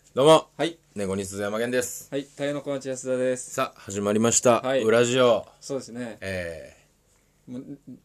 どうも、 はい。 ネゴニスズヤマゲンです。 はい。タイの小町安田です。 さあ、始まりました。 はい。 ウラジオ。 そうですね。もう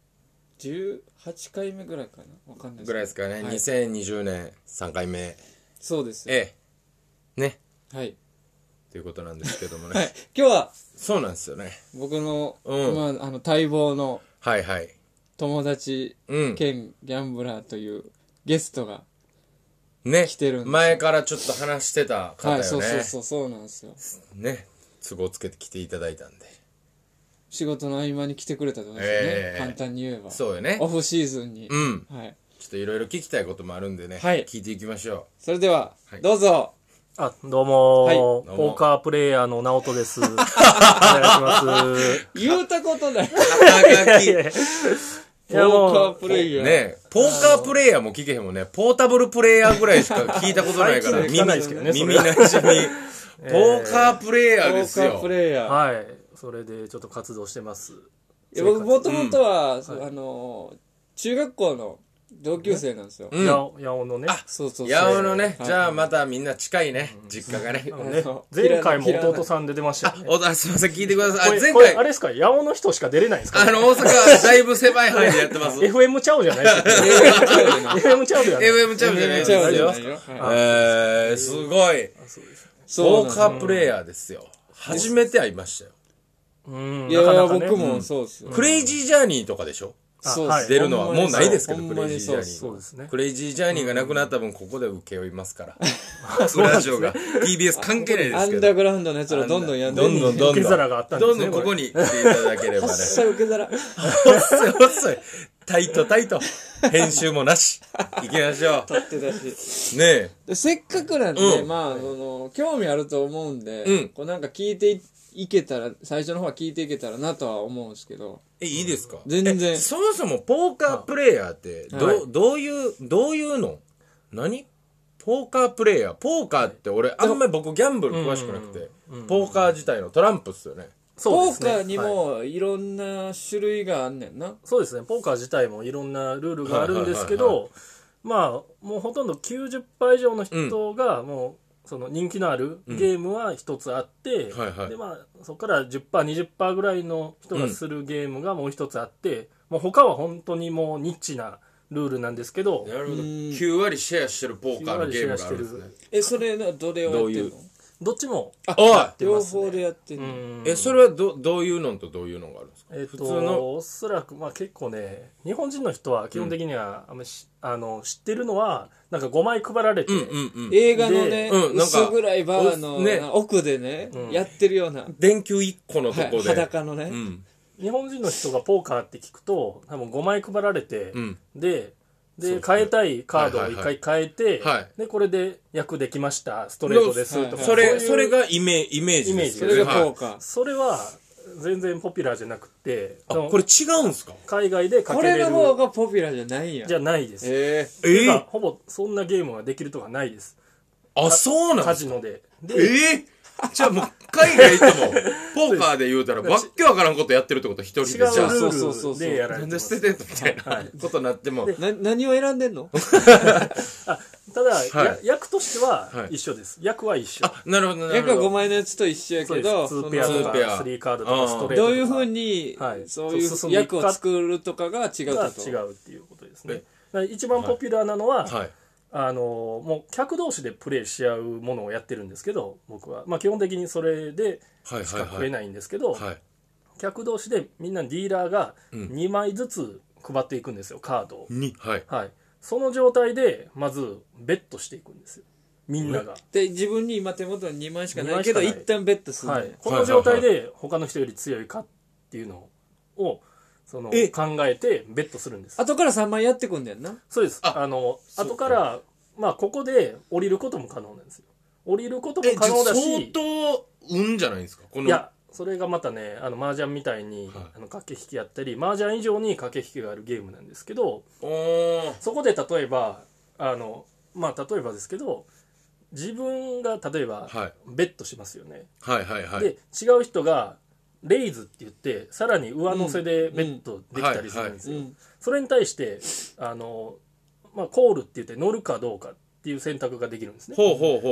18回目ぐらいかな。わかんないですぐらいですかね。 はい、 2020年3回目。 そうです。 ね。 はい。 ということなんですけどもね。 はい。今日は、 そうなんですよね。 僕の、 うん待望のはいはい。 友達うん。 兼ギャンブラーというゲストが、 ね。 来てるんですよ前からちょっと話してた方よね。 はい、そうなんですよ。 ね。都合つけて来ていただいたんで。 仕事の合間に来てくれたってことですよね。簡単に言えば。 そうよね。 オフシーズンに。 うん。 はい。 ちょっといろいろ聞きたいこともあるんでね。 はい聞いていきましょそれでは、 はいどうぞ。 どうも、 はいどうもポーカープレイヤーの直人です。お願いします。 言うたことない。 う。肩書き。 ポーカープレイヤー。 ねポーカープレイヤーも聞けへんもんね。ポータブルプレイヤーぐらいしか聞いたことないから。 最近聞かないですけどね耳なじみ。ポーカープレイヤーですよ。 ポーカープレイヤー。 はい。それでちょっと活動してます。 いや僕もともとは、 はい中学校の同級生なんですよ。 うん。 八尾のね。 そう。 八尾のね、 はいじゃあまたみんな近いね、実家がね。 ね前回も弟さん出てましたよね。 すいません、聞いてください。 これ前回、 これあれですか、八尾の人しか出れないんですか、 大阪はだいぶ狭い範囲でやってます。 FM ちゃうじゃないですか。FM ちゃうじゃない。 FM ちゃうじゃないですちゃうじゃよ。 ないよ。はいすごい。 そうなんポーカープレイヤーですよ。初めて会いましたよ。 うんいやなかなかね僕もそうっすよ。 クレイジージャーニーとかでしょそうっすはい出るのはもうないですけど、 ほんクまにそうレイジージャーニー。 そうですね。 クレイジージャーニーがなくなった分、ここで請け負いますから。ウラジオが。TBS 関係ないでアすけど。 ンダーグラウンドのやつらどんどんやんでどんどんどんどん。 受け皿があったんですねどんどんここに来ていただければね。 細い受け皿。 細い細い。タイトタイト。編集もなし。行きましょ撮ってたし。 う。ねでせっかくなんで、 うん興味あると思うんで、 うんこうなんか聞いていけたら、最初の方は聞いていけたらなとは思うんですけど、 え。いいですか全然そもそもポーカープレイヤーって、 はいどういうの何ポーカープレイヤー。ポーカーって俺、あんまり僕ギャンブル詳しくなくて、ポーカー自体のトランプっすよね。 そうですね。 ポーカーにはいもいろんな種類があんねんな。 そうですね。ポーカー自体もいろんなルールがあるんですけはいはいはいど、まあ、もうほとんど90%以上の人が、もう、その人気のあるゲームは一つあって、 はいはいで、まあ、そこから 10%、20% ぐらいの人がするゲームがもう一つあって、もう他は本当にもうニッチなルールなんですけど、 なるほど。9割シェアしてるポーカーのゲームがあるんですね。 それのどれをやってんの？ どっちも、 おい両方でやってんの。 それはどういうのとどういうのがあるんですか普通の。 おそらく、まあ結構ね、日本人の人は基本的には、あんまり知ってるのは、なんか5枚配られて、 映画のね、 なんか薄暗いバーのね奥でね、やってるような、 電球1個のとこで。 裸のね、 日本人の人がポーカーって聞くと多分5枚配られて、 んでそうですね変えたいカードを1回変えて、 はいでこれで役できましたストレートですとか、 それがイメージですよね。 それがポーはいカー。 それは全然ポピュラーじゃなくて、 これ違うんすか海外でかこけれるれの方がポピュラーじゃないんや。 じゃないです、 えてかほぼそんなゲームができるとかないです。 あ、そうなんですかカジノでじゃあもう海外行っても、ポーカーで言うたら、わっけわからんことやってるってこと一人で。 違うじゃあ、 ルールでやられなんでてます捨ててんのみたいなことになっても。 何を選んでんの？ ただ、 はい役としてははい一緒です。役は一緒。 なるほど、なる役は5 ほど。 枚のやつと一緒やそうけど、 です。2ペアとかその2ペア 3カードとかストレートとかどういうふうに、 はいそういう進んでいくか役を作るとかが違うがこと。 違うっていうことですね。だから一番ポピュラーなのは、 はい。 もう客同士でプレイし合うものをやってるんですけど、僕は。まあ基本的にそれではいしか食えないんですけど、 はい。 客同士でみんなディーラーが2枚ずつ配っていくんですよ、カードを。 はい。 はい。その状態で、まず、ベットしていくんですよ。みんなが。 で、自分に今手元に2枚しかないけど、 二枚しかない一旦ベットするね。 はい。この状態で他の人より強いかっていうのを、考えてベットするんです。 後から3枚やってくんだよな。 そうです。後から、まあ、ここで降りることも可能なんですよ。降りることも可能だし、 相当、運じゃないですかこの。 いや、それがまたね、麻雀みたいに、駆け引きやったり、麻雀以上に駆け引きがあるゲームなんですけど、そこで例えば、まあ、例えばですけど、自分が例えば、ベットしますよね。 はいはいはい。 で、違う人が、レイズって言ってさらに上乗せでベットできたりするんですよ。それに対してまあ、コールって言って乗るかどうかっていう選択ができるんですね。 ほうほうほで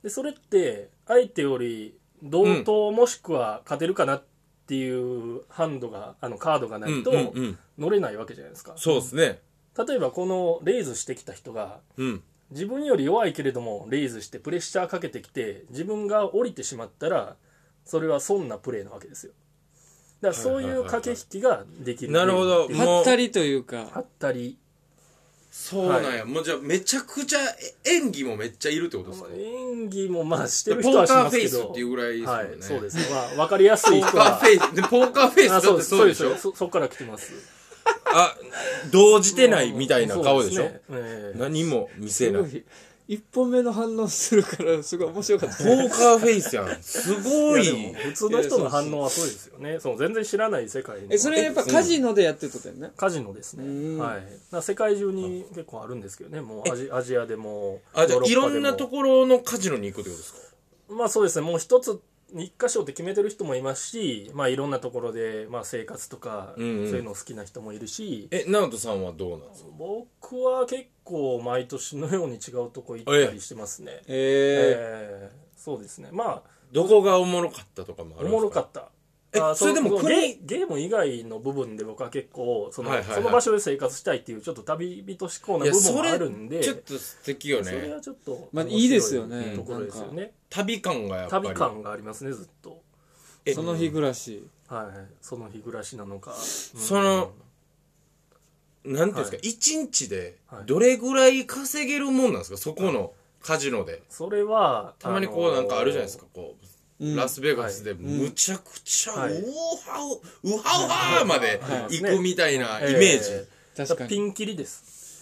でそれって相手より同等もしくは勝てるかなっていうハンドがカードがないと乗れないわけじゃないですか。 そうですね。 例えばこのレイズしてきた人がうん。 自分より弱いけれどもレイズしてプレッシャーかけてきて自分が降りてしまったらそれは損なプレーなわけですよ。だからそういう駆け引きができる。 なるほど。 はったりというか。 はったり。 そうなんや。もうじゃあめちゃくちゃ演技もめっちゃいるってことですか？ 演技もまあしてる人はしますけど。 ポーカーフェイスっていうぐらいですよね。 はい、そうですね。まあ分かりやすい人は。 ポーカーフェイス。で、ポーカーフェイスだってそうでしょ？ そこから来てます。 あ、動じてないみたいな顔でしょ？ ね、 何も見せない。 一本目の反応するからすごい面白かった。 ポーカーフェイスやん。すごい。 普通の人の反応はそうですよね。全然知らない世界の。 それやっぱカジノでやってることやんね。 カジノですね。はい。世界中に結構あるんですけどね。もうアジアでも。 じゃあいろんなところのカジノに行くってことですか？ まあそうですね。もう一つ一箇所って決めてる人もいますし、まあいろんなところでまあ生活とか、そういうの好きな人もいるし。 直人さんはどうなんですか？ 僕は結構毎年のように違うとこ行ったりしてますね。そうですね。まあどこがおもろかったとかもあるんですか？ おもろかった。それでもゲーム以外の部分で僕は結構その場所で生活したいっていうちょっと旅人志向な部分もあるんで、 ちょっと素敵よね。 それはちょっとまあいいですよね。 ところですよね。 旅感がやっぱり旅感がありますね、ずっと。 その日暮らし。 はい、その日暮らしなのか。 なんていうんですか、一日でどれぐらい稼げるもんなんですか、そこのカジノで。 それはたまにこうなんかあるじゃないですか、こう。ラスベガスでむちゃくちゃウハウハまで行くみたいなイメージ。 確かに。 ピンキリです。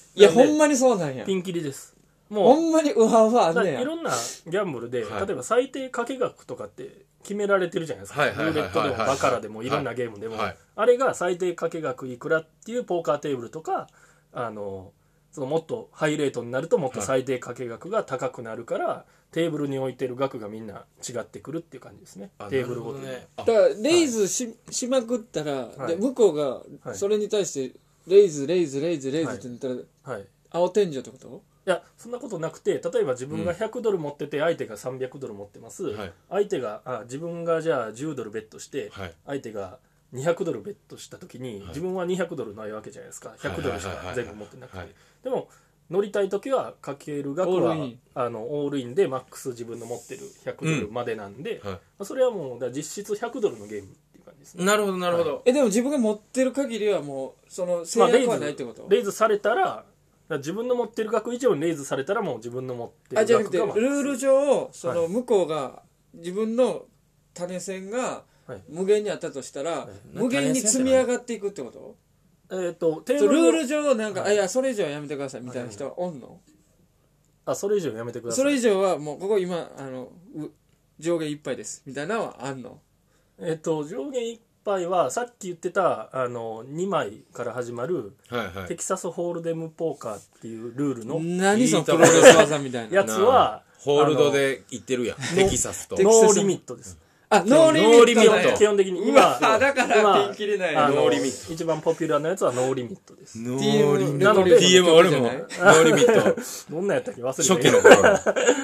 いや、ほんまにそうなんや。 ピンキリです。 もうほんまにウハウハあんねや。 いろんなギャンブルで、例えば最低掛け額とかって決められてるじゃないですか。ルーレットでもバカラでもいろんなゲームでも。あれが最低掛け額いくらっていうポーカーテーブルとか、そのもっとハイレートになるともっと最低掛け額が高くなるから、テーブルに置いてる額がみんな違ってくるっていう感じですね。テーブルごとに。 だからレイズしまくったら、で向こうがそれに対してレイズって言ったら、青天井ってこと？ いやそんなことなくて、例えば自分が100ドル持ってて相手が300ドル持ってます、相手が自分がじゃあ10ドルベットして、相手が200ドルベットした時に、自分は200ドルないわけじゃないですか。100ドルしか全部持ってなくて、でも乗りたい時はかける額はオールインでマックス自分の持ってる100ドルまでなんで、それはもう実質100ドルのゲームっていう感じですね。 なるほどなるほど。 でも自分が持ってる限りはもうその制約はないってこと？ レイズされたら自分の持ってる額以上にレイズされたらもう自分の持ってる額がじゃなくてルール上その向こうが自分の種銭が無限にあったとしたら、無限に積み上がっていくってこと？ルール上なんか、いやそれ以上はやめてくださいみたいな人はおんの？ それ以上やめてください。 それ以上はもうここ今上限いっぱいですみたいなのはあんの？ 上限いっぱいはさっき言ってた2枚から始まる、テキサスホールデムポーカーっていうルールの何そのプロレス技みたいなやつはホールドで言ってるやん、テキサスと。 ノーリミットです。 ノーリミット。 基本的に今だからピンキリない。 ノーリミット。一番ポピュラーなやつはノーリミットです。 ノーリミット。なので TM 俺もノーリミット。 どんなやったっけ忘れて初期の頃。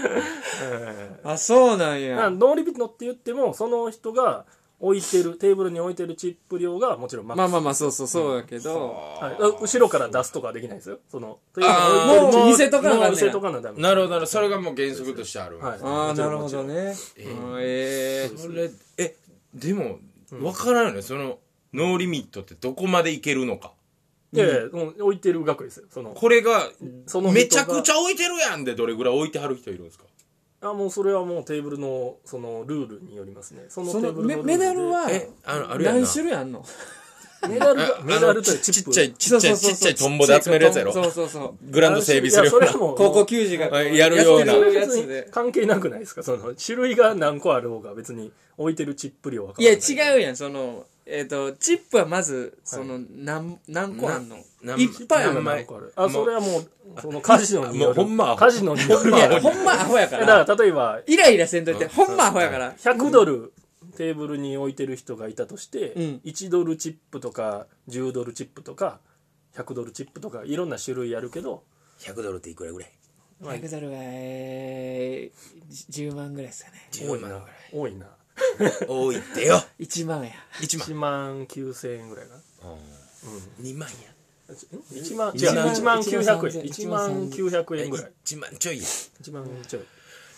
そうなんや。 ノーリミットって言ってもその人が置いてるテーブルに置いてるチップ量がもちろんマックス。 まあそうだけど、 後ろから出すとかはできないですよ。 もう見せとかなダメ。 なるほど、それがもう原則としてある。 なるほどね。 それでも分からんよね、そのノーリミットってどこまでいけるのか。 いや置いてる額ですよ。 これがめちゃくちゃ置いてるやんでどれぐらい置いてはる人いるんですか？ もうそれはもうテーブルのそのルールによりますね。そのテーブルのルールでメダルは何種類あんの？ メダルとチップちっちゃいトンボで集めるやつやろ。 そうグラウンド整備するような高校球児がやるようなやつで関係なくないですか？その種類が何個ある方が別に置いてるチップ量は。 いや違うやん。そのチップはまずその何個あんの？いっぱいある。 それはもうそのカジノによる。 ほんまカジノによる。 ほんまアホやから。 だから例えばイライラせんといて。ほんまアホやから。 100ドルテーブルに置いてる人がいたとして、1ドルチップとか10ドルチップとか100ドルチップとかいろんな種類あるけど、 100ドルっていくらぐらい？ 100ドルは 10万ぐらいですかね。 多いな多いな多いってよ。 1万や。 1 万9000円ぐらいかな。 2万や。 1万900円。1万900円ぐらい。 1万ちょいや。 1万ちょい。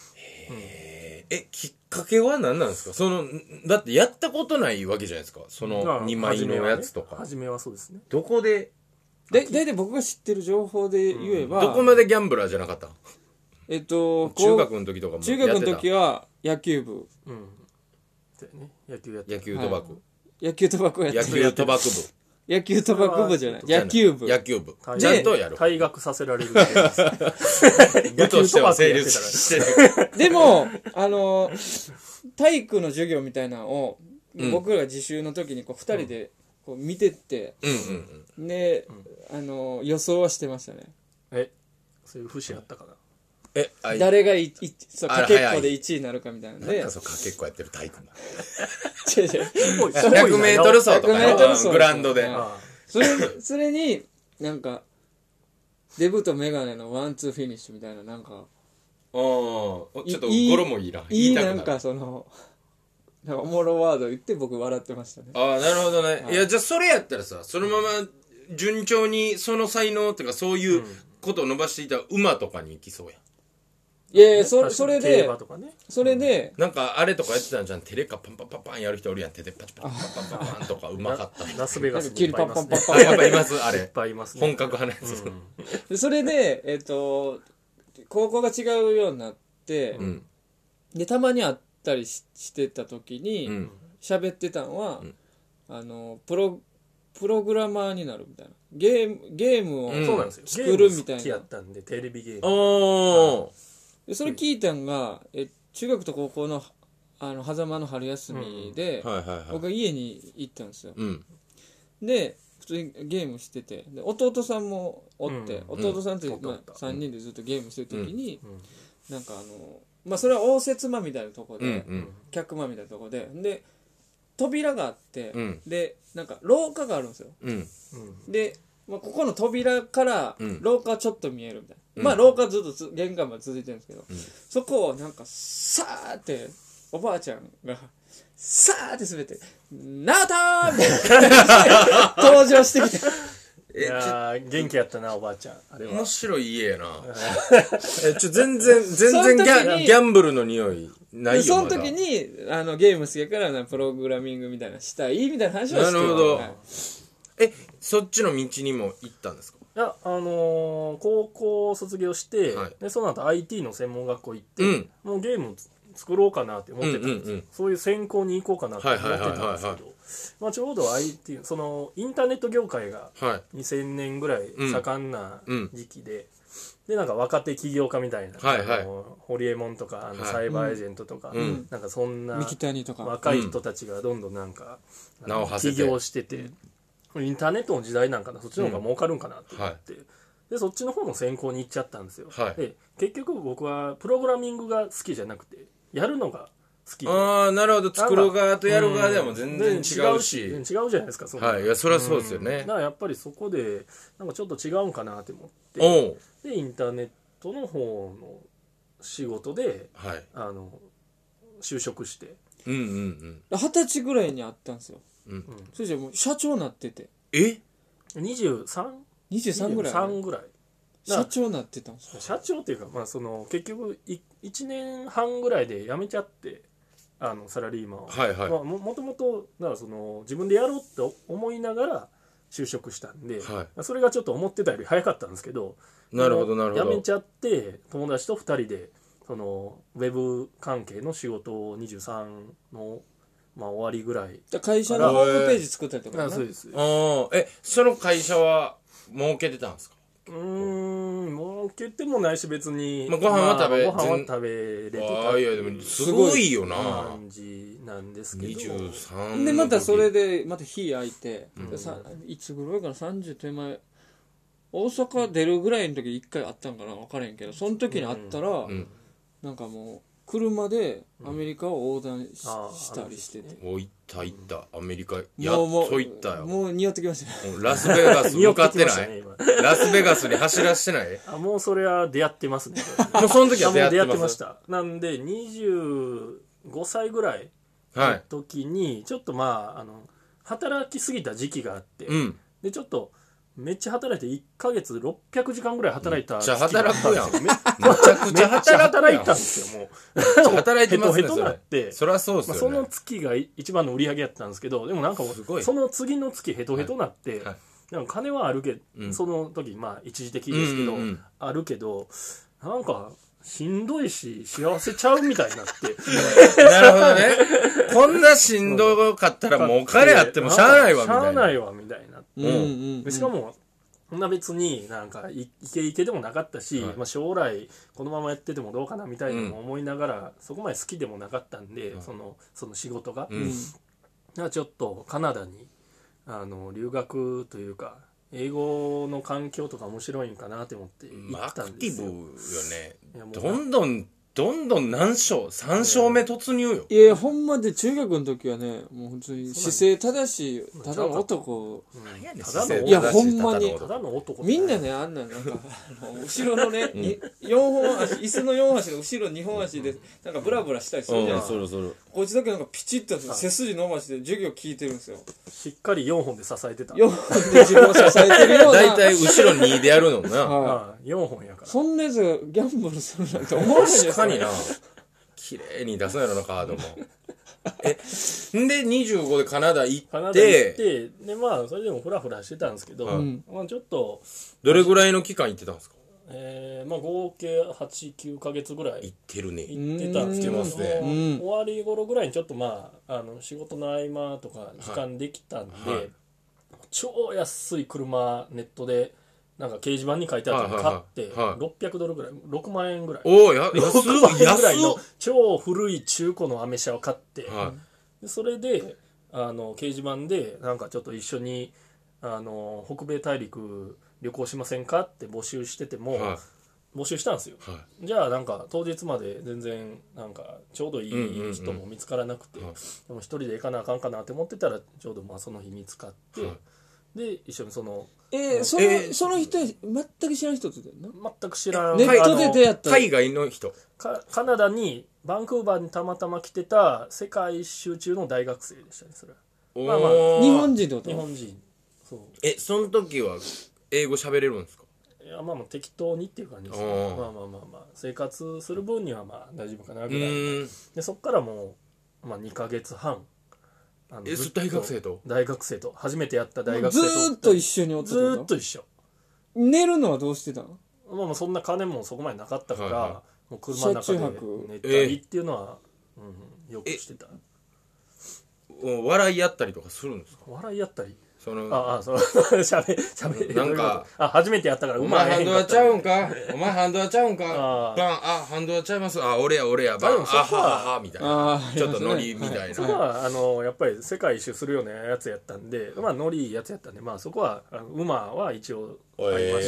きっかけは何なんですか？だってやったことないわけじゃないですか。その2枚のやつとか。 初めはそうですね。 どこでだいたい僕が知ってる情報で言えば、 どこまでギャンブラーじゃなかった？中学の時とかもやってた。 中学の時は野球部。 野球やってた。 野球賭博。 野球賭博やってた。 野球賭博部。 野球賭博部じゃない。野球部。 野球部。ちゃんとやる。 退学させられる。 部としては成立してる。 でも、体育の授業みたいなのを、僕らが自習の時にこう2人でこう見てって、で、予想はしてましたね。 そういう節あったかな。 誰がかけっこで1位になるかみたいなんで。 かけっこやってる体育 100 メートル走とかグラウンドで。 それに、なんか、デブとメガネのワンツーフィニッシュみたいな、なんか、 ちょっと語呂もいいな。 なんかなんかおもろワード言って僕笑ってましたね。 なるほどね。いや、じゃあそれやったらさ、そのまま順調にその才能とかそういうことを伸ばしていたら馬とかに行きそうやん。 いやいや、それで、 なんかあれとかやってたんじゃん。手でかパンパンパンパンやる人おるやん。手でパチパチパンパンパンパンとかうまかった。 ラスベガスにいっぱいいますね。 やっぱいますあれ。いっぱいいますね。 本格派のやつ。それで、高校が違うようになって、で、たまに会ったりしてた時に、喋ってたのは、プログラマーになるみたいな。ゲームを作るみたいな。 好きやったんで、テレビゲーム。 でそれ聞いたんが中学と高校の狭間の春休みで、僕が家に行ったんですよ、で普通にゲームしてて、で弟さんもおって、弟さんと3人でずっとゲームしてる時に、なんかそれは応接間みたいなとこで、客間みたいなとこで扉があって、でなんか廊下があるんですよ、でここの扉から廊下ちょっと見えるみたいな、廊下ずっと玄関まで続いてるんですけど、そこをなんかさーっておばあちゃんがさーって滑って「ナオトー!」みたいな登場してきて元気やったなおばあちゃん。あれは面白い家やな。全然ギャンブルの匂いないよ。 その時にゲーム好きやからプログラミングみたいなしたいみたいな話をして。 なるほど。そっちの道にも行ったんですか？ いや、高校卒業して、でその後 IT の専門学校行って、もうゲーム作ろうかなって思ってたんですよ。そういう専攻に行こうかなって思ってたんですけど、ちょうど IT インターネット業界が2000年ぐらい盛んな時期で、でなんか若手起業家みたいな、ホリエモンとかサイバーエージェントとか、なんかそんな若い人たちがどんどんなんか起業してて、インターネットの時代なんかな、そっちの方が儲かるんかなって思って、でそっちの方の専攻に行っちゃったんですよ、で結局僕はプログラミングが好きじゃなくてやるのが好きで。 なるほど。作る側とやる側でも全然違うし、 違うじゃないですか。 いやそれはそうですよね。 だからやっぱりそこでなんかちょっと違うんかなって思って、でインターネットの方の仕事で、就職して、 20歳ぐらいに会ったんですよ。それじゃもう社長になってて、 23 ぐらい社長になってたんですよ。 社長っていうか、結局1年半ぐらいで辞めちゃって、サラリーマンを、もともと自分でやろうって思いながら就職したんで、それがちょっと思ってたより早かったんですけど、 なるほどなるほど。 辞めちゃって友達と2人でウェブ関係の仕事を23の終わりぐらい。 会社のホームページ作ったりとか。 そうです。 その会社は儲けてたんですか？ 儲けてもないし別に、 ご飯は食べれてた。 いやでもすごいよな感じなんですけど。 23 でまたそれでまた日空いて、いつぐらいかな、30手前大阪出るぐらいの時1回あったんかな、分からへんけど、その時に会ったら、なんかもう車でアメリカを横断したりしてて、 行ったアメリカやっと行ったよ。 もう匂ってきましたね。 ラスベガス向かってない？ラスベガスに走らしてない？ もうそれは出会ってますね。 もうその時は出会ってました。なんで25歳ぐらいの時にちょっと働きすぎた時期があって、でちょっとめっちゃ働いて1ヶ月600時間ぐらい働いた時期があったんですよ。めちゃくちゃ働いたんですよ。もうめっちゃ働いてますね。ヘトヘトなって、 そりゃそうですよね。 その月が一番の売り上げやったんですけど、でもなんかその次の月ヘトヘトなって、なんか金はあるけど、その時一時的ですけど、あるけど、なんかしんどいし幸せちゃうみたいになってなるほどね。こんなしんどかったらもうお金あってもしゃあないわみたいな。 しゃあないわみたいな。しかもそんな別になんかイケイケでもなかったし、将来このままやっててもどうかなみたいなのも思いながら、そこまで好きでもなかったんで、その仕事が、だからちょっとカナダに留学というか英語の環境とか面白いんかなって思って行ったんですよ。 アクティブよね。どんどん何章3章目突入よ。 いやほんまで中学の時はね、もう普通に姿勢正しいただの男、いやほんまにみんなね、あんなんか後ろのね4本足、椅子の4足の後ろ2本足でなんかブラブラしたりするじゃないですか。こいつだけなんかピチッと背筋伸ばして授業聞いてるんですよ。 しっかり4本で支えてた。 4本で自分を支えてるような。 だいたい後ろ2でやるのな。 4本やから。 そんなやつがギャンブルするなんて思わないじゃないですか。 確かにな。綺麗に出すんやろな、カードも。で25でカナダ行って、 でそれでもフラフラしてたんですけど、ちょっとどれぐらいの期間行ってたんですか？ 合計8、9ヶ月ぐらい行ってるね。 行ってたんですけど、終わり頃ぐらいにちょっと仕事の合間とか時間できたんで、超安い車ネットでなんか掲示板に書いてあったの買って600ドルぐらい、6万円ぐらい、6万円ぐらいの超古い中古のアメ車を買って、でそれで掲示板でなんかちょっと一緒に北米大陸旅行しませんかって募集してても、募集したんですよ、じゃあなんか当日まで全然なんかちょうどいい人も見つからなくて、でも一人で行かなあかんかなって思ってたらちょうどその日見つかって、で一緒にその人全く知らん人って言ってんの？ 全く知らん。 ネットで出会った海外の人。 カナダにバンクーバーにたまたま来てた世界一周中の大学生でしたね、それ。 日本人ってこと？ 日本人。そう。 その時は英語喋れるんですか？ いや適当にっていう感じですね。生活する分には大丈夫かなぐらいで、そっからもう2ヶ月半。 大学生と初めてやった大学生とずーっと一緒におってたの？ ずーっと一緒。 寝るのはどうしてたの？ そんな金もそこまでなかったから、もう車の中で寝たりっていうのは、よくしてた。 笑いやったりとかするんですか？ 笑いやったり、 しゃべなんか初めてやったからお前ハンドはちゃうんか、お前ハンドはちゃうんか、バン、ハンドはちゃいます、俺やバン、はみたいな、ちょっとノリみたいな。 そこはやっぱり世界一周するようなやつやったんで、ノリいいやつやったんで、そこは馬は一応ありまして、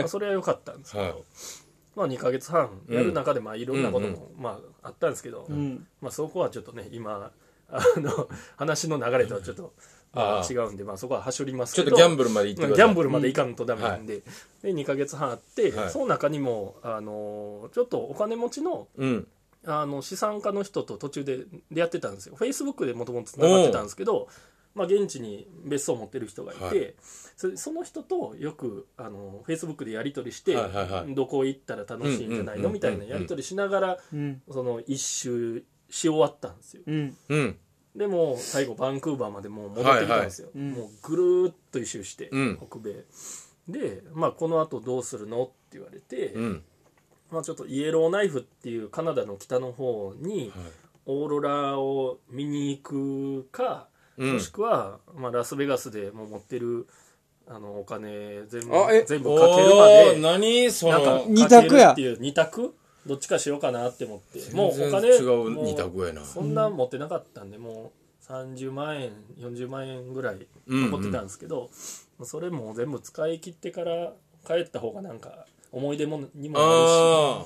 それは良かったんですけど、2ヶ月半やる中でいろんなこともあったんですけど、そこはちょっとね、今話の流れとはちょっと違うんで、そこははしょりますけど、 ちょっとギャンブルまで行ってください。 ギャンブルまで行かんとダメなんで、で2ヶ月半あって、その中にもちょっとお金持ちの資産家の人と途中で出会ってたんですよ。フェイスブックでもともとつながってたんですけど、現地に別荘を持ってる人がいて、その人とよくフェイスブックでやり取りして、どこ行ったら楽しいんじゃないのみたいなやり取りしながら、その一周し終わったんですよ。でも最後バンクーバーまでもう戻ってきたんですよ、もうぐるーっと一周して、北米で、このあとどうするのって言われて、ちょっとイエローナイフっていうカナダの北の方にオーロラを見に行くか、もしくは、ラスベガスでもう持ってるお金全部かけるまで何その二択やっていう2択どっちかしようかなって思って、もうお金違う2択やな。 そんな持ってなかったんで、もう30万円40万円ぐらい残ってたんですけど、それも全部使い切ってから帰った方がなんか思い出にもなるし、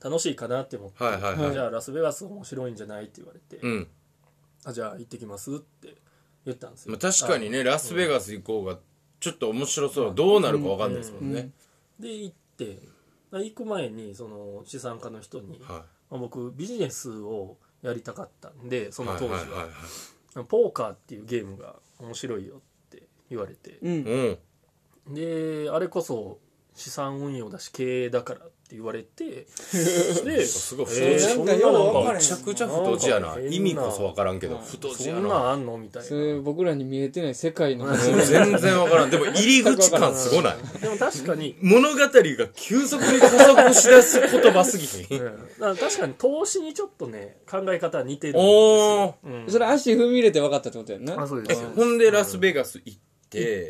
楽しいかなって思って、 はいはいはい、 じゃあラスベガス面白いんじゃないって言われて、 うん、 じゃあ行ってきますって言ったんですよ。 まあ、確かにねラスベガス行こうがちょっと面白そう、どうなるか分かんないですもんね、 で行って行く前にその資産家の人に、 はい、 僕ビジネスをやりたかったんでその当時は、 はいはいはいはい、 ポーカーっていうゲームが面白いよって言われて、であれこそ資産運用だし経営だからって言われてですごいめちゃくちゃ太字やな、意味こそ分からんけど太字やな、 そんなんあんのみたいな、 それ僕らに見えてない世界の全然分からん。でも入り口感すごないでも確かに物語が急速に加速しだす言葉すぎひん、 確かに投資にちょっとね考え方似てるんですよ、 それ足踏み入れて分かったってことやんな。 そうですよ。 ほんでラスベガス行って、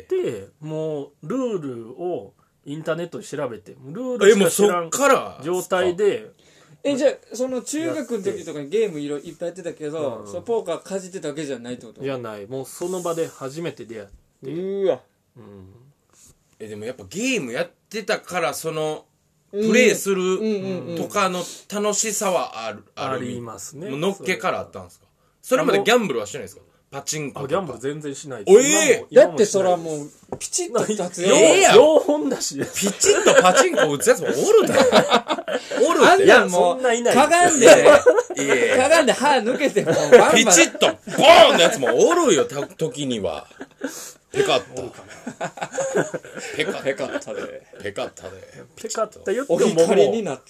もうルールをインターネットで調べてルールしか知らん状態でじゃあその中学の時とかにゲームいっぱいやってたけど、そのポーカーかじってたわけじゃないってこと？ じゃない、もうその場で初めて出会って。 うわ、 でもやっぱゲームやってたからそのプレイするとかの楽しさはありますね。 のっけからあったんですか？それまでギャンブルはしてないですか？パチンコとか。 ギャンブル全然しないです。 だってそらもうピチッと立つよ。 両本だし。 ピチッとパチンコ打つやつもおるだろ。おるって。 いやもうかがんで歯抜けてもピチッとボーンのやつもおるよ時には。ペカッタ。ペカッタで。ペカッタで。 ペカッタ言ってもお光になった。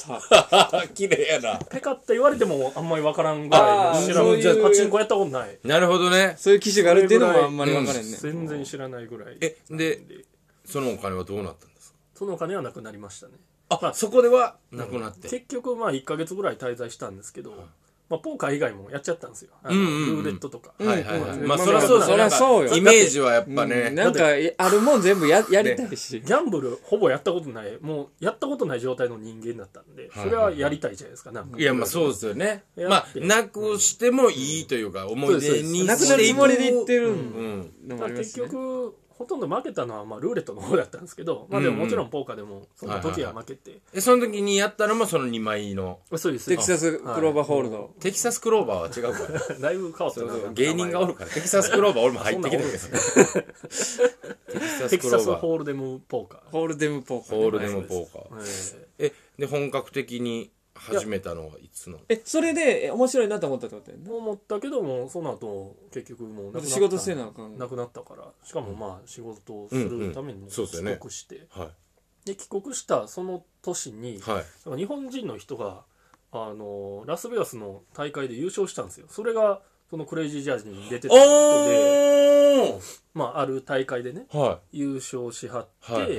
綺麗やな。 ペカッタ言われてもあんまり分からんぐらい。じゃあパチンコやったことない。 なるほどね。 そういう機種があるっていうのもあんまり分からんね。 全然知らないぐらい。 でそのお金はどうなったんですか？ そのお金はなくなりましたね。 そこではなくなって。 結局まあ1ヶ月ぐらい滞在したんですけど、ポーカー以外もやっちゃったんですよ。ルーレットとか。 まあそりゃそうよ。イメージはやっぱね。 なんかあるもん全部やりたいし。 ギャンブルほぼやったことない、もうやったことない状態の人間だったんで、それはやりたいじゃないですか。 いやまあそうですよね。まあなくしてもいいというか思い出になくなるつもりで言ってるのもありますね。結局ほとんど負けたのはまあルーレットの方だったんですけど、まあでももちろんポーカーでもその時は負けて、 その時にやったのもその2枚のそうです。 テキサスクローバーホールド。 テキサスクローバーは違うからだいぶ変わったな。 芸人がおるからテキサスクローバー俺も入ってきてるけどテキサスホールデムポーカー。 ホールデムポーカー。で本格的に始めたのはいつの？ それで面白いなと思ったってことやんな。 思ったけどもその後結局もう仕事せなあかん。 なくなったから、しかもまあ仕事をするために帰国して、で帰国したその年に日本人の人がラスベガスの大会で優勝したんですよ。それがそのクレイジージャージに出てた人で、まあある大会でね、優勝しはって、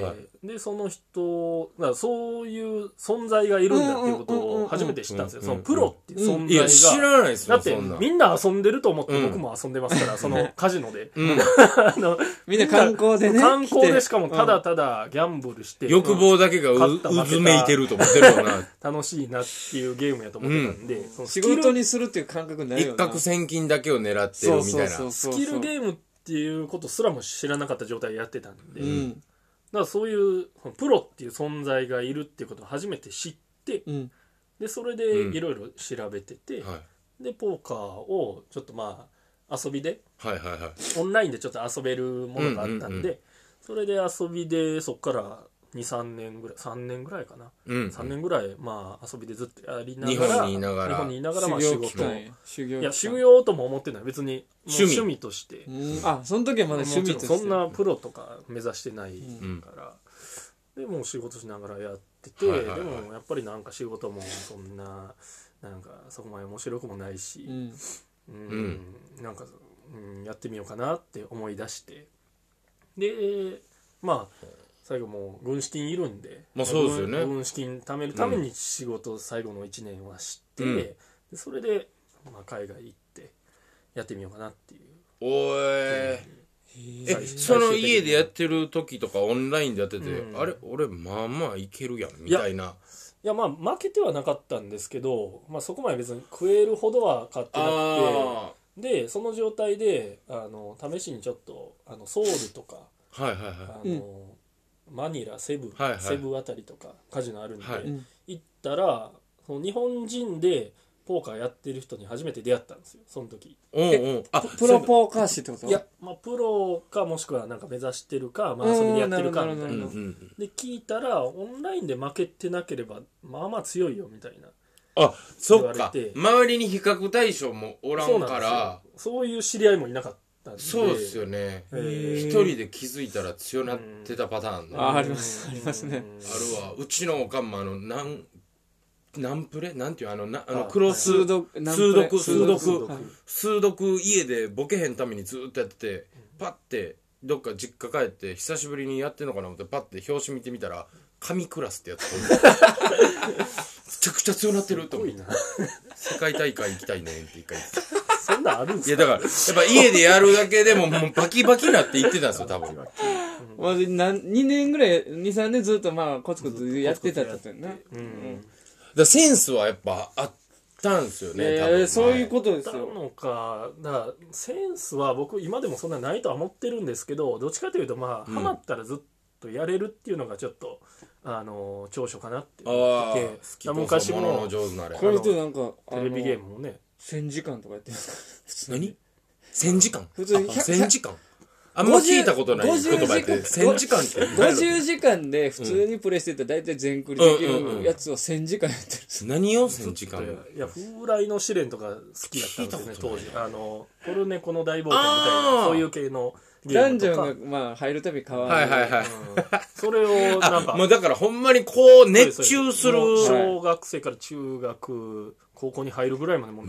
でその人そういう存在がいるんだっていうことを初めて知ったんですよ。そのプロっていう存在が、 知らないですよ。 だってみんな遊んでると思って僕も遊んでますから、そのカジノでみんな観光でね、 観光でしかもただただギャンブルして欲望だけが渦めいてると思ってるよな。 楽しいなっていうゲームやと思ってたんで、 仕事にするっていう感覚ないよな。 一攫千金だけを狙ってるみたいな。 スキルゲームっていうことすらも知らなかった状態でやってたんで、だからそういうプロっていう存在がいるっていうことを初めて知って、でそれでいろいろ調べてて、でポーカーをちょっとまあ遊びで、オンラインでちょっと遊べるものがあったんで、それで遊びでそっから3年ぐらいかな、3年ぐらいまあ遊びでずっとやりながら、日本にいながらまあ仕事、いや修行とも思ってない、別に趣味として、 その時はまだ趣味として、 そんなプロとか目指してないから、でもう仕事しながらやってて、でもやっぱりなんか仕事もそんななんかそこまで面白くもないし、なんかやってみようかなって思い出して、でまあ最後もう軍資金いるんで、 そうですよね、 軍資金貯めるために仕事最後の1年はして、でそれで、まあ、海外行ってやってみようかなっていう。 その家でやってる時とかオンラインでやってて、あれ俺まあまあいけるやんみたいな。 いやまあ負けてはなかったんですけど、まあ、そこまで別に食えるほどは買ってなくて、でその状態で試しにちょっとソウルとか、マニラセブあたりとかカジノあるんで、行ったらその日本人でポーカーやってる人に初めて出会ったんですよその時。 プロポーカー師ってこと？ いや、まあ、プロかもしくはなんか目指してるか、まあ、遊びにやってるかみたいな。で聞いたらオンラインで負けてなければまあまあ強いよみたいな。 あ、そっか。周りに比較対象もおらんから、 そういう知り合いもいなかったんで。 そうですよね。一人で気づいたら強なってたパターンね。 ありますね。 あるわ。うちのおかんもナンプレなんていうクロス数読家でボケへんためにずっとやってて、パッてどっか実家帰って久しぶりにやってんのかな思ってパッて表紙見てみたら神クラスってやつめちゃくちゃ強なってると思って世界大会行きたいねんって一回言ってそんなんあるんすか？ いやだからやっぱ家でやるだけでももうバキバキなって言ってたんですよ多分。 2年ぐらい23年ずっとまあコツコツやってたってことやな。 だセンスはやっぱあったんですよね。多分そういうことですよ。 のかだからセンスは僕今でもそんなないとは思ってるんですけど、どっちかというとまあ、ハマったらずっとやれるっていうのがちょっと長所かなって思ってて、昔もの上手なれこれとなんかテレビゲームもね 1000時間とかやってるんですか？ 何1000時間普通に 1000時間あんま聞いたことない言葉やって1000時間って 50時間で普通にプレイしてたら大体全クリできるやつを1000時間やってるんです。 何を1000時間？ いや風来の試練とか好きだったんですよね当時。ポルネコの大冒険みたいなそういう系のゲームとかダンジョンがまあ入るたび変わる。 それをなんかもうだからほんまにこう熱中する小学生から中学高校に入るぐらいまでもう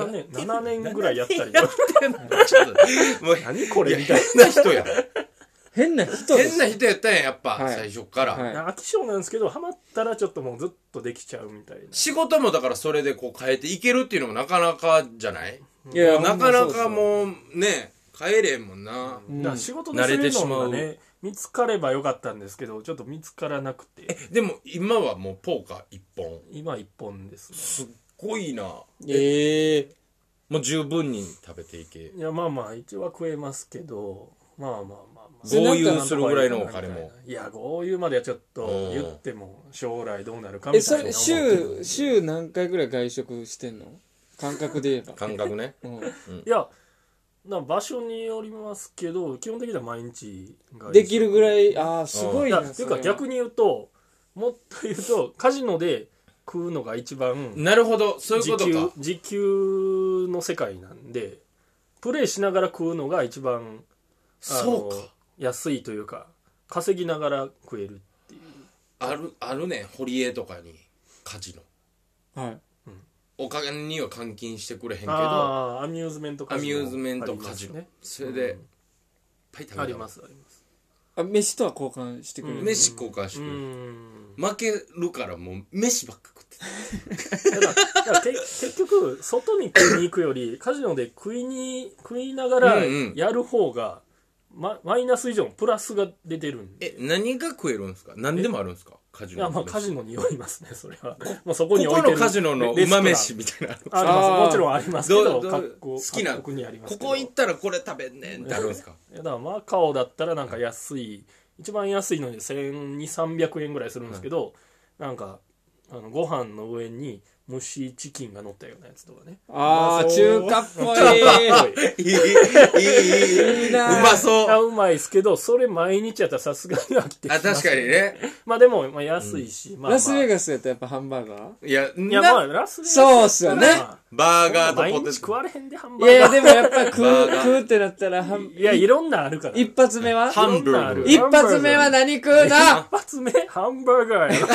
7年ぐらいやったりもう何これみたいな人や変な人やったんややっぱ最初から飽き性なんですけどハマったらちょっともうずっとできちゃうみたいな。 仕事もだからそれでこう変えていけるっていうのもなかなかじゃない？ いやなかなかもうね変えれんもんな。 だから仕事でするのがね見つかればよかったんですけどちょっと見つからなくて。でも今はもうポーカー一本。 今一本ですね。 すっごいな。もう十分に食べていけ。 いやまあまあ一応は食えますけどまあまあまあ豪遊するぐらいのお金も。 いや豪遊まではちょっと言っても将来どうなるかみたいな。 週何回ぐらい外食してんの？感覚で言えば。 感覚ね。 いや場所によりますけど基本的には毎日できるぐらいすごいな。 っていうか逆に言うともっと言うとカジノで食うのが一番なるほどそういうことか時給の世界なんでプレイしながら食うのが一番そうか安いというか稼ぎながら食えるっていうあるね堀江とかにカジノはいお金には換金してくれへんけどアミューズメントカジノね、それでパイ食べたあります飯とは交換してくれる、 飯交換してくれる負けるからもう飯ばっか食ってだから結局外に食いに行くよりカジノで食いながらやる方が、マイナス以上のプラスが出てるんで。 何が食えるんですか？何でもあるんですか？カジノ。 いやまあカジノによりますねそれは。もうそこに置いてる。 ここのカジノの馬飯みたいな。 ありますもちろんありますけど好きな国にありますけど。 ここ行ったらこれ食べんねんってあるんですか？ いやだからマカオだったらなんか安い一番安いので1200-300円ぐらいするんですけど、なんかご飯の上に蒸しチキンが乗ったようなやつとかね。 中華っぽい。 いいな。うまそう。 うまいですけど、それ毎日やったらさすがに飽きてきます。 確かにね。 まあでも、安いし。 ラスベガスやったらやっぱハンバーガー？ いやまあラスベガス。 そうっすよね。 バーガーとポテト。 毎日食われへんで、ハンバーガー。 いやでもやっぱ食うってなったら、 いや、いろんなあるから。 一発目はハンバーグ。 一発目は何食うの？一発目ハンバーガーやろ。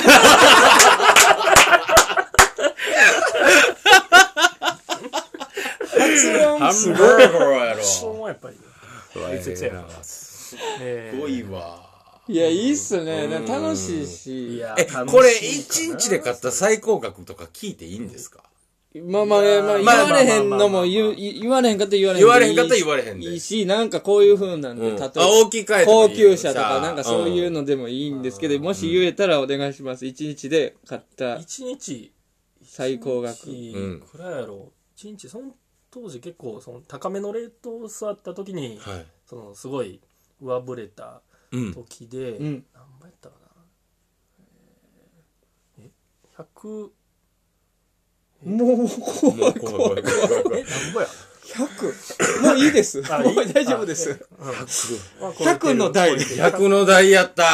ハンバーガーやろ。 発音はやっぱり大切やな。 すごいわ。 いやいいっすね。楽しいし。 これ1日で買った最高額とか聞いていいんですか？ まあ言われへんのも言われへんかったら言われへん。 言われへんかったら言われへんでいいし、なんかこういう風なんで、例えば大きい買い高級車とかなんかそういうのでもいいんですけど、もし言えたらお願いします。1日で買った最高額。 いくらやろう。1日その当時結構その高めのレートを座った時に、そのすごい上振れた時で、何倍やったかな、 もう怖い怖い。 なんぼや。 100。もういいです。もう大丈夫です。100の台。 100の台やった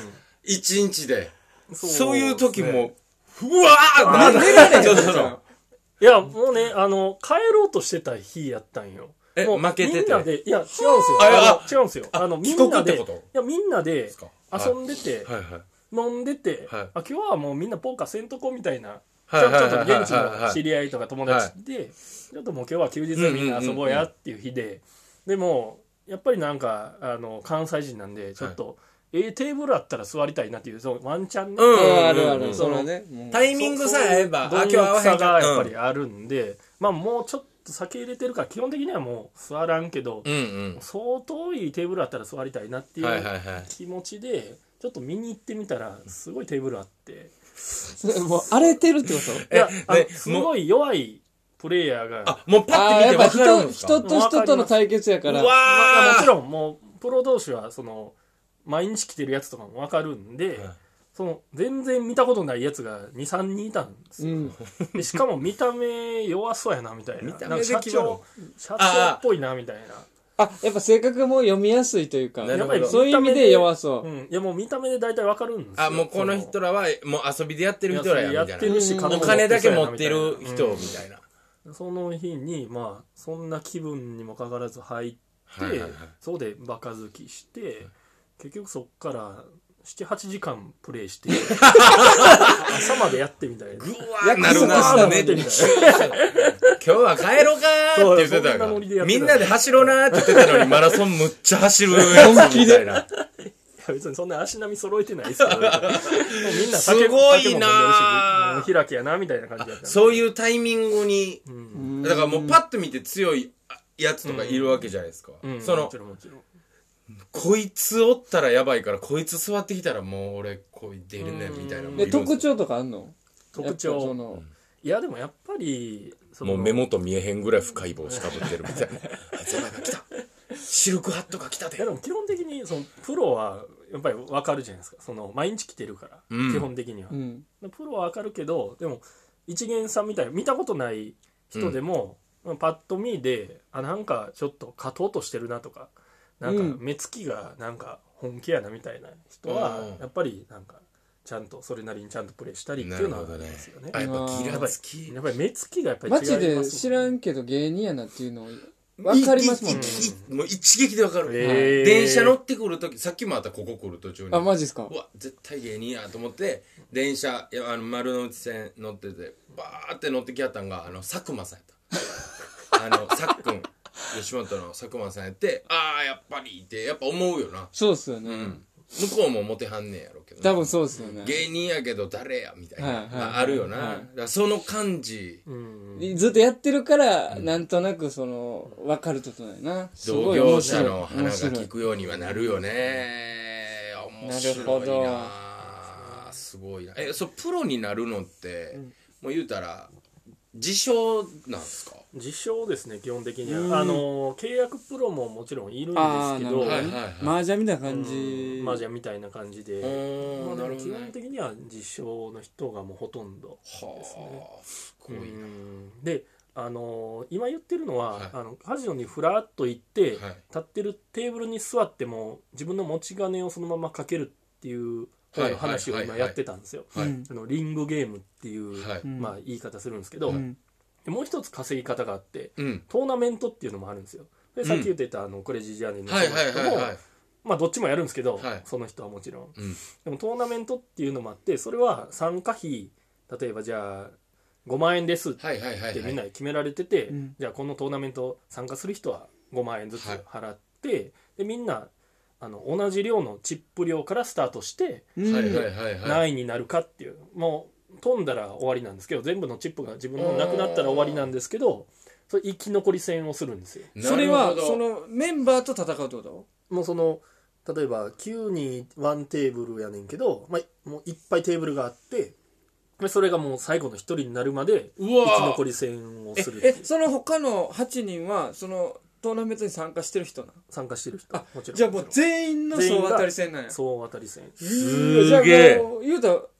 。1日で。そういう時も、うわー寝られへん。 いや、もうね、帰ろうとしてた日やったんよ。 もう負けてて。 みんなで、いや、違うんですよ。違うんですよ。みんなで、いや、みんなで遊んでて、飲んでて、今日はもうみんなポーカーせんとこみたいな、ちょっと現地の知り合いとか友達で、ちょっともう今日は休日でみんな遊ぼうやっていう日で、でも、やっぱりなんか、関西人なんで、ちょっと、テーブルあったら座りたいなっていう、ワンチャンね。 あるある。そのね。 タイミングさえ合えば、 今日は差がやっぱりあるんで、まあもうちょっと酒入れてるから基本的にはもう座らんけど、相当いいテーブルあったら座りたいなっていう気持ちで、ちょっと見に行ってみたら、すごいテーブルあって。 もう荒れてるってこと？ いや、すごい弱いプレイヤーが。 もうパッて見て分かるんですか？ 人と人との対決やから。 もちろんもう、プロ同士は、毎日来てるやつとかも分かるんで、全然見たことないやつが2、3人いたんですよ。でしかも見た目弱そうやな、みたいな。なんか社長っぽいな、みたいな。 やっぱ性格も読みやすいというか、そういう意味で弱そう。 いやもう見た目で大体分かるんですよ。 もうこの人らはもう遊びでやってる人らやみたいな。 やってるし、 お金だけ持ってる人みたいな。 その日に、まあ、そんな気分にもかかわらず入って、そこでバカ好きして、結局そっから7、8時間プレイして朝までやってみたいな。 ぐわーなるなねってみたいな。今日は帰ろうかーって言ってたから。みんなで走ろうなーって言ってたのにマラソンむっちゃ走るやつみたいな。 別にそんな足並み揃えてないですけど、みんなすごいなー開きやなみたいな感じだった。 そういうタイミングに、だからもうパッと見て強いやつとかいるわけじゃないですか。 もちろんもちろん。 こいつおったらやばいからこいつ座ってきたらもう俺こい出るねみたいな。 特徴とかあんの？ 特徴。いやでもやっぱりもう目元見えへんぐらい深い帽子かぶってるみたいな。あいつお前が来た。シルクハットが来たで。 いやでも基本的にプロはやっぱり分かるじゃないですか。毎日来てるから、基本的には。プロは分かるけど、でも一元さんみたいな見たことない人でも、パッと見でなんかちょっと勝とうとしてるなとか。なんか目つきがなんか本気やなみたいな人はやっぱりなんかちゃんとそれなりにちゃんとプレイしたりっていうのはありますよね。 やっぱギラつきやっぱり目つきがやっぱり違いますもんね。 マジで知らんけど芸人やなっていうの分かりますもんね。 もう一撃で分かる。電車乗ってくるときさっきもあったここ来る途中にマジですか？ うわ絶対芸人やと思って電車丸の内線乗っててバーって乗ってきやったんが佐久間さんやったさっくん吉本の佐久間さんやってやっぱりってやっぱ思うよな。 そうっすよね。 向こうもモテはんねんやろうけど多分そうっすよね。 芸人やけど誰やみたいなあるよな。だからその感じずっとやってるからなんとなく分かるとこないな。 同業者の鼻が利くようにはなるよね。面白いな。なるほど。すごいな。プロになるのってもう言うたら自称なんですか？ 自称ですね、基本的には。契約プロももちろんいるんですけど、 麻雀みたいな感じ。 麻雀みたいな感じで、基本的には自称の人がもうほとんどですね。 すごいな。 で、今言ってるのは、カジノにフラッと行って、立ってるテーブルに座っても自分の持ち金をそのままかけるっていう話を今やってたんですよ。リングゲームっていう、言い方するんですけど、もう一つ稼ぎ方があって、トーナメントっていうのもあるんですよ。でさっき言ってたクレイジージャーニーの人もどっちもやるんですけど、その人はもちろん、でもトーナメントっていうのもあって、それは参加費例えばじゃあ5万円ですってみんなで決められてて、じゃあこのトーナメント参加する人は5万円ずつ払って、でみんな同じ量のチップ量からスタートして、何位になるかっていう、もう飛んだら終わりなんですけど、全部のチップが自分のなくなったら終わりなんですけど、それ生き残り戦をするんですよ。 それはメンバーと戦うってこと？ もう例えば9人1テーブルやねんけど、もういっぱいテーブルがあって、それがもう最後の1人になるまで生き残り戦をするっていう。 その他の8人はトーナメントに参加してる人な？ 参加してる人。 もちろん。じゃあもう全員の総当たり戦なんや。 総当たり戦。 すげえ。 言うたら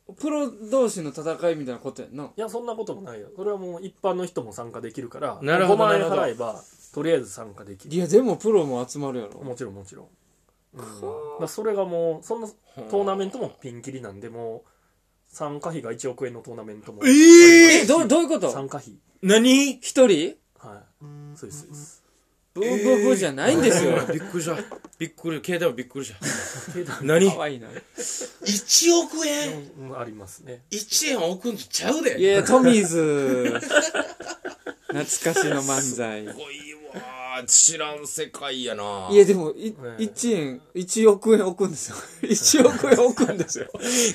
プロ同士の戦いみたいなことやんな。 いやそんなこともないよ。それはもう一般の人も参加できるから、 なるほど 5万円払えばとりあえず参加できる。 いやでもプロも集まるやろ。 もちろんもちろん、だからそれがもうそのトーナメントもピンキリなんで、もう参加費が1億円のトーナメントもどういうこと？ 参加費何一人？ はい、そうですそうです。 ブーブーブーじゃないんですよ。 びっくりした。びっくり。携帯もびっくりした。 携帯何可愛いな。 1億円ありますね。 1円置くんちゃうで。 いやトミーズ懐かしの漫才。 すごいわ。知らん世界やな。 いやでも1億円置くんですよ。1億円置くんですよ。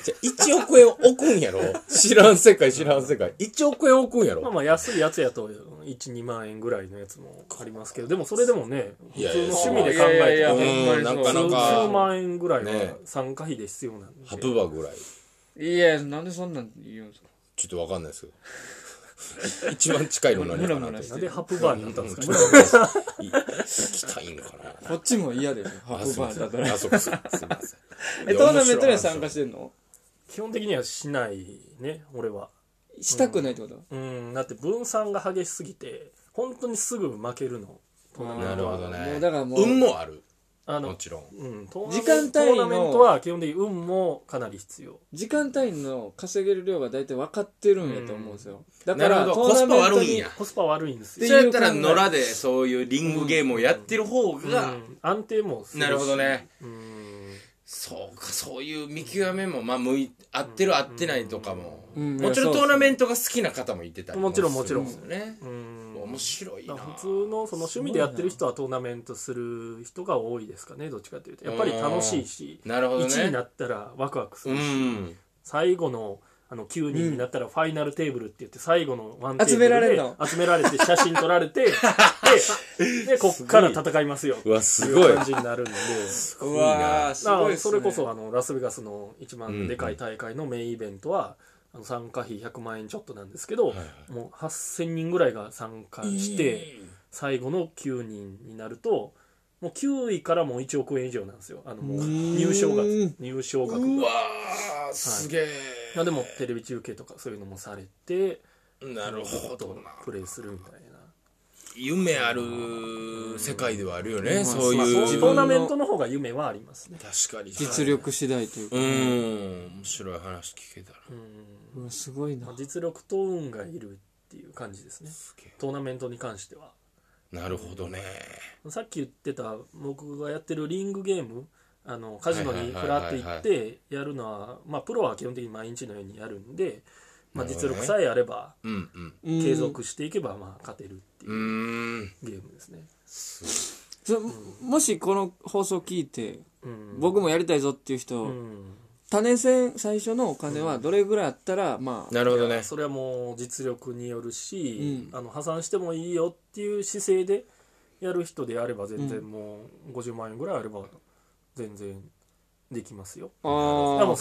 1億円置くんやろ。知らん世界。1億円置くんやろ。 まあ安いやつやと1、2万円ぐらいのやつもありますけど、でもそれでもね、普通の趣味で考えても数万円ぐらいは参加費で必要なんで。 ハプバぐらい。 いやなんでそんなん言うんですか。 ちょっとわかんないですけど。一番近いの何かなって。 なんでハプバーに行ったんですか。 行きたいんかな。 こっちも嫌ですよ。ハプバーだったら。 あ、そうか。すいません。 トーナメントには参加してんの？ 基本的にはしないね、俺は。 したくないってこと？ だって分散が激しすぎて本当にすぐ負けるの。 なるほどね。 もうだからもう運もある。 ももちろん。 時間単位のトーナメントは基本的に運もかなり必要。 時間単位の稼げる量が大体分かってるんやと思うんですよ。だかならるほど。コスパ悪いんや。 コスパ悪いんですよ。 そうやったら野良でそういうリングゲームをやってる方が、 安定もするし。 なるほどね。そうか、そういう見極めも、まあ、合ってる合ってないとかも、もちろんトーナメントが好きな方もいてたりもするんですよね。面白いな。 普通のその趣味でやってる人はトーナメントする人が多いですかね、どっちかというと。やっぱり楽しいし、 なるほどね、 1位になったらワクワクするし、最後の9人になったらファイナルテーブルって言って最後のワンテーブルで集められて写真撮られてでこっから戦いますよっていう感じになるんで、 うわすごい。 それこそラスベガスの一番でかい大会のメインイベントは参加費100万円ちょっとなんですけど、もう8000人ぐらいが参加して最後の9人になるともう9位からもう1億円以上なんですよ。もう入賞額が。 うわーすげえ。 でもテレビ中継とかそういうのもされて、 なるほどな、 プレイするみたいな夢ある世界ではあるよね、そういうトーナメントの方が夢はありますね。 確かに実力次第というか、 面白い話聞けたらすごいな。 実力と運がいるっていう感じですね、トーナメントに関しては。 なるほどね。 さっき言ってた僕がやってるリングゲーム、カジノにフラッと行ってやるのは、まあプロは基本的に毎日のようにやるんで、まあ、実力さえあれば継続していけばまあ勝てるっていうゲームですね。 もしこの放送聞いて僕もやりたいぞっていう人、種銭最初のお金はどれぐらいあったら、まあなるほどね。 それはもう実力によるし、破産してもいいよっていう姿勢でやる人であれば全然もう50万円ぐらいあれば全然できますよ。でも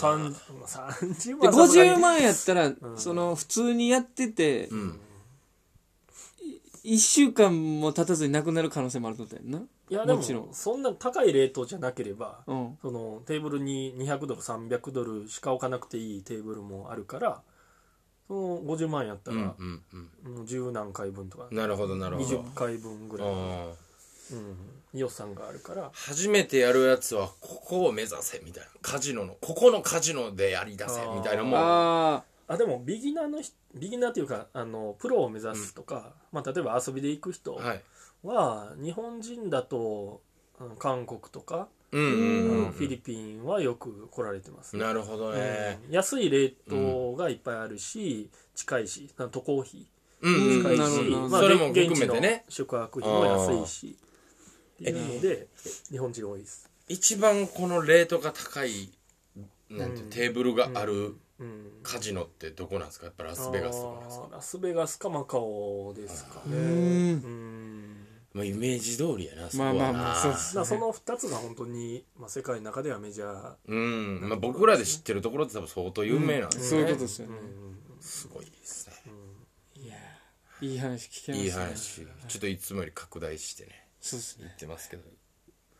30万 50万円やったら、その普通にやってて、1週間も経たずになくなる可能性もあるってことやんな。 いやでもそんな高いレートじゃなければ、そのテーブルに200ドル300ドルしか置かなくていいテーブルもあるから、その50万円やったらもう10何回分とか、 なるほどなるほど、 20回分ぐらい予算があるから、 初めてやるやつはここを目指せみたいな、カジノのここのカジノでやりだせみたいなもん。 でもビギナーっていうかプロを目指すとか、まあ、例えば遊びで行く人は、日本人だと韓国とかフィリピンはよく来られてます、ね。 なるほどね、 安いレートがいっぱいあるし、近いし渡航費近いし、まあ、 それも含現地のめてね、 宿泊費も安いしっていうので日本人多いです。 一番このレートが高いなんてテーブルがあるカジノってどこなんですか？やっぱラスベガスとかなんですか？ ラスベガスかマカオですかね。 まあイメージ通りやな、そこはな。 まあそうですね。 その2つが本当に、まあ、世界の中ではメジャー。 まあ僕らで知ってるところって多分相当有名なんですね。 そういうことですよね。 すごいですね。 いやいい話聞けますね。 いい話。ちょっといつもより拡大してね。 そうですね。 言ってますけど。い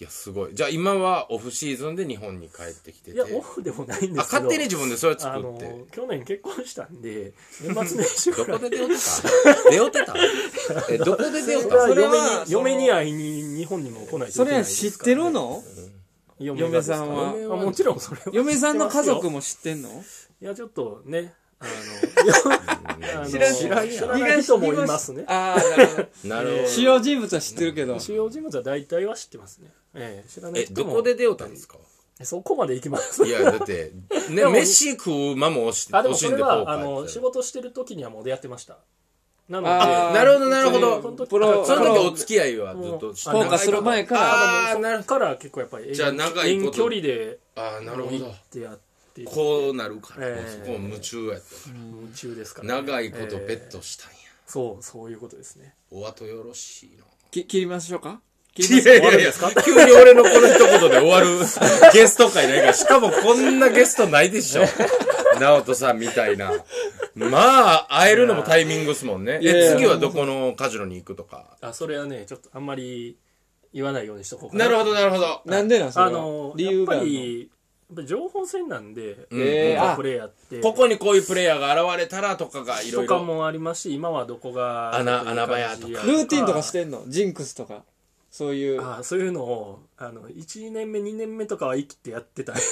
いやすごい。じゃあ今はオフシーズンで日本に帰ってきてて。 いやオフでもないんですけど、 勝手に自分でそれ作って去年結婚したんで年末年始どこで出会ってたどこで出会っそれはた嫁に会いに日本にも来ないといけないですからね。 それは知ってるの？嫁さんはもちろんそれは嫁さんの家族も知ってんの？ いやちょっとね知らない人もいますね。 ああなるほど。主要人物は知ってるけど、 主要人物は大体は知ってますね。知らない人も。 どこで出会ったんですか？ そこまで行きます。 いやだってね飯食う間も惜しんででもそれは仕事してる時にはもう出会ってました。なのでなるほどなるほど。その時お付き合いはずっとフォーカスする前からそっから結構やっぱりじゃあ長いこと遠距離でなるほど行ってやってこうなるからそこ夢中やったから夢中ですから長いことベッドしたんやそういうことですね。 お後よろしいの切りましょうか？ いや急に俺のこの一言で終わるゲスト会ないからしかもこんなゲストないでしょ直人さんみたいな。まあ会えるのもタイミングっすもんね。次はどこのカジノに行くとか。 それはねちょっとあんまり言わないようにしとこうかな。なるほどなるほど。 なんでなんそれは理由がやっぱり情報戦なんで、 プレイヤーってここにこういうプレイヤーが現れたらとかがいろいろとかもありますし、今はどこが穴場やとかルーティンとかしてんの？ジンクスとかそういうそういうのを1年目2年目とかは生きてやってた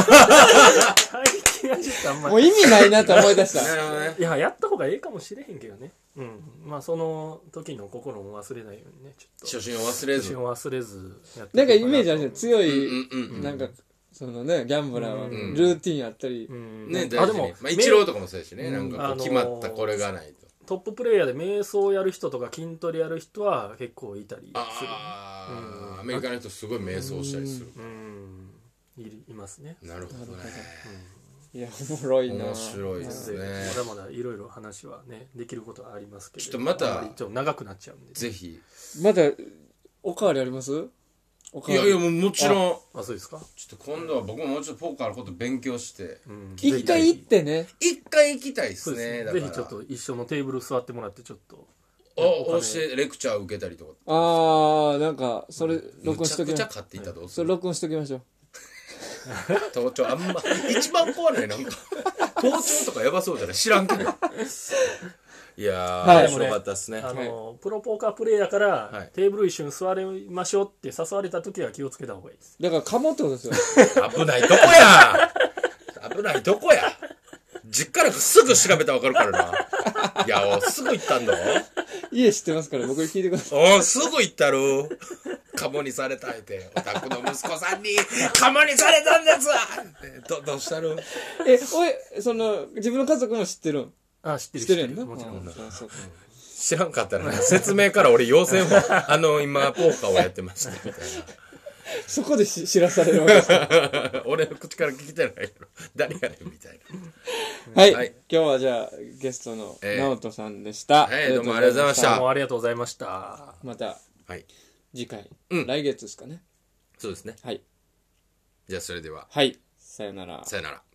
もう意味ないなと思い出したなるほどね。 いややった方がええかもしれへんけどね。まあその時の心も忘れないようにね、ちょっと初心を忘れず初心を忘れずやってなんかイメージあるじゃん。強いうんなんかそのねギャンブラーはルーティンやったりね大事にイチローとかもそうやしね、なんかこう決まったこれがないと。 トッププレイヤーで瞑想やる人とか筋トレやる人は結構いたりする。 アメリカの人すごい瞑想したりする。 いますね。 なるほどね。 いやおもろいな。 面白いですね。 まだまだいろいろ話はねできることはありますけど、 ちょっとまたちょっと長くなっちゃうんで、 ぜひまだおかわりあります？ いやもちろん。 そうですか。 ちょっと今度は僕ももうちょっとポーカーのこと勉強して一回行ってね。 一回行きたいですね。 ぜひちょっと一緒のテーブル座ってもらってちょっとレクチャー受けたりとか。 なんかそれ録音しときましょう。 めちゃくちゃ買っていたらどうする？ それ録音しときましょう。 盗聴あんま一番怖いなんか盗聴とかやばそうじゃない？知らんけど。いやー面白かったですね。 プロポーカープレイヤーからテーブル一緒に座りましょうって誘われた時は気をつけた方がいいです。 だからかもってことですよ。 危ないとこや危ないとこや。実家なんかすぐ調べたら分かるからな。いやすぐ行ったんだ。 家知ってますから僕に聞いてください。 すぐ行ったろ。カモにされたってお宅の息子さんにカモにされたんですどうしたの？ その自分の家族も知ってるん？ 知ってるやんな。 もちろん。 知らんかったら説明から俺要請も今ポーカーをやってましたみたいな。 そこで知らされるわけですか？ 俺の口から聞きてないけど誰やねんみたいな。はい、今日はじゃあゲストの直人さんでした。 どうもありがとうございました。 どうもありがとうございました。 また次回来月ですかね。 そうですね。 はい。 じゃあそれでははい、さよなら。 さよなら。